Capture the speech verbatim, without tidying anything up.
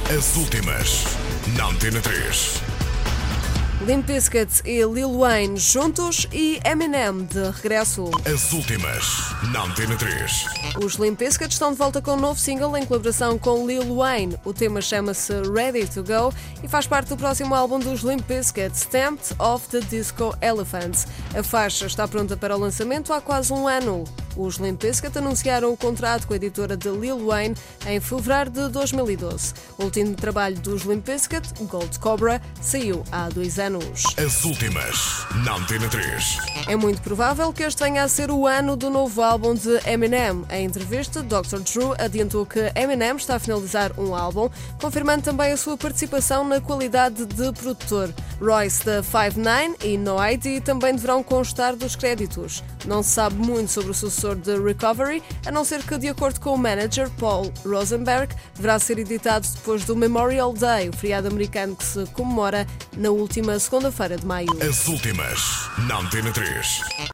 As últimas na Antena três. Limp Bizkit e Lil Wayne juntos e Eminem de regresso. As últimas na Antena três. Os Limp Bizkit estão de volta com um novo single em colaboração com Lil Wayne. O tema chama-se Ready to Go e faz parte do próximo álbum dos Limp Bizkit, Stamped of the Disco Elephants. A faixa está pronta para o lançamento há quase um ano. Os Limp Bizkit anunciaram o contrato com a editora de Lil Wayne em fevereiro de dois mil e doze. O último trabalho dos Limp Bizkit, Gold Cobra, saiu há dois anos. As últimas na Antena três. É muito provável que este venha a ser o ano do novo álbum de Eminem. Em entrevista, doutor Drew adiantou que Eminem está a finalizar um álbum, confirmando também a sua participação na qualidade de produtor. Royce da Five Nine e No I D também deverão constar dos créditos. Não se sabe muito sobre o sucessor de Recovery, a não ser que, de acordo com o manager Paul Rosenberg, deverá ser editado depois do Memorial Day, o feriado americano que se comemora na última segunda-feira de maio. As últimas na Antena três.